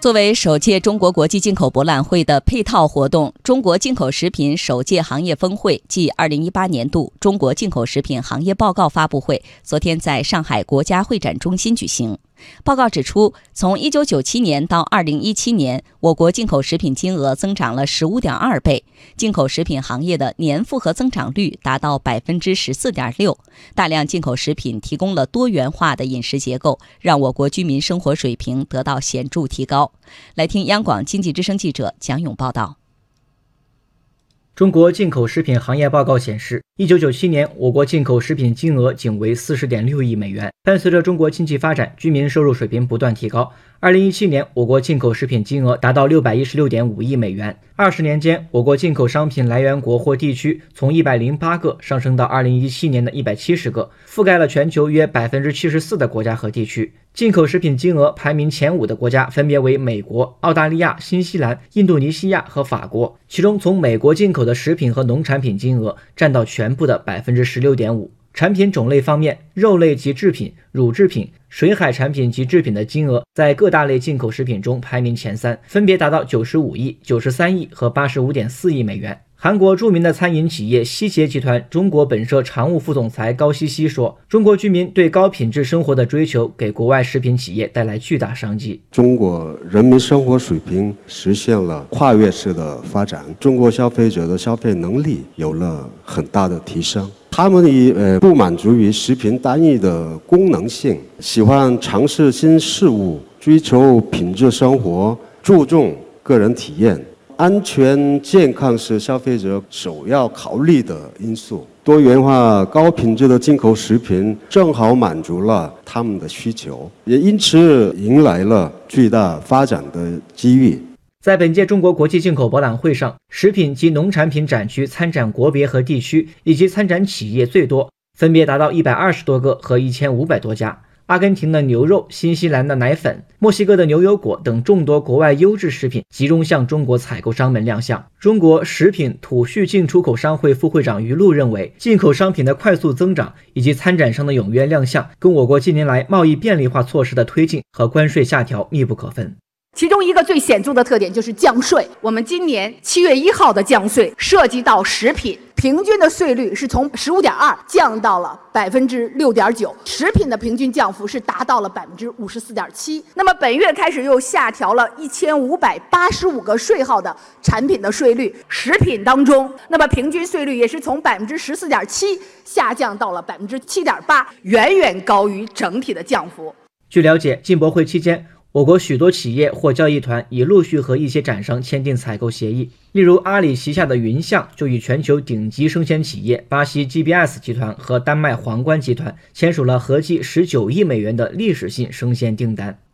作为首届中国国际进口博览会的配套活动，中国进口食品首届行业峰会暨2018年度中国进口食品行业报告发布会昨天在上海国家会展中心举行。报告指出，从1997年到2017年，我国进口食品金额增长了15.2倍，进口食品行业的年复合增长率达到14.6%。大量进口食品提供了多元化的饮食结构，让我国居民生活水平得到显著提高。来听央广经济之声记者蒋勇报道。 中国进口食品行业报告显示，1997年我国进口食品金额仅为40.6亿美元。伴随着中国经济发展，居民收入水平不断提高。2017年，我国进口食品金额达到616.5亿美元。20年间，我国进口商品来源国或地区从108个上升到2017年的170个，覆盖了全球约74%的国家和地区。进口食品金额排名前5的国家分别为美国、澳大利亚、新西兰、印度尼西亚和法国，其中从美国进口的食品和农产品金额占到全部的16.5%。产品种类方面，肉类及制品、乳制品、水海产品及制品的金额在各大类进口食品中排名前3，分别达到95亿、93亿和85.4亿美元。韩国著名的餐饮企业希捷集团中国本社常务副总裁高希希说，中国居民对高品质生活的追求给国外食品企业带来巨大商机。 中国人民生活水平实现了跨越式的发展，中国消费者的消费能力有了很大的提升。他们不满足于食品单一的功能性，喜欢尝试新事物，追求品质生活，注重个人体验。安全健康是消费者首要考虑的因素，多元化高品质的进口食品正好满足了他们的需求，也因此迎来了巨大发展的机遇。 在本届中国国际进口博览会上，食品及农产品展区参展国别和地区以及参展企业最多，分别达到120多个和1500多家。阿根廷的牛肉、新西兰的奶粉、墨西哥的牛油果等众多国外优质食品集中向中国采购商们亮相。中国食品土畜进出口商会副会长于璐认为，进口商品的快速增长以及参展商的踊跃亮相，跟我国近年来贸易便利化措施的推进和关税下调密不可分。 其中一个最显著的特点就是降税。我们今年7月1号的降税涉及到食品，平均的税率是从15.2%降到了6.9%，食品的平均降幅是达到了54.7%。那么本月开始又下调了1585个税号的产品的税率，食品当中，那么平均税率也是从14.7%下降到了7.8%，远远高于整体的降幅。 据了解，进博会期间，我国许多企业或交易团已陆续和一些展商签订采购协议，例如阿里旗下的云象就与全球顶级生鲜企业巴西 GBS 集团和丹麦皇冠集团签署了合计19亿美元的历史性生鲜订单。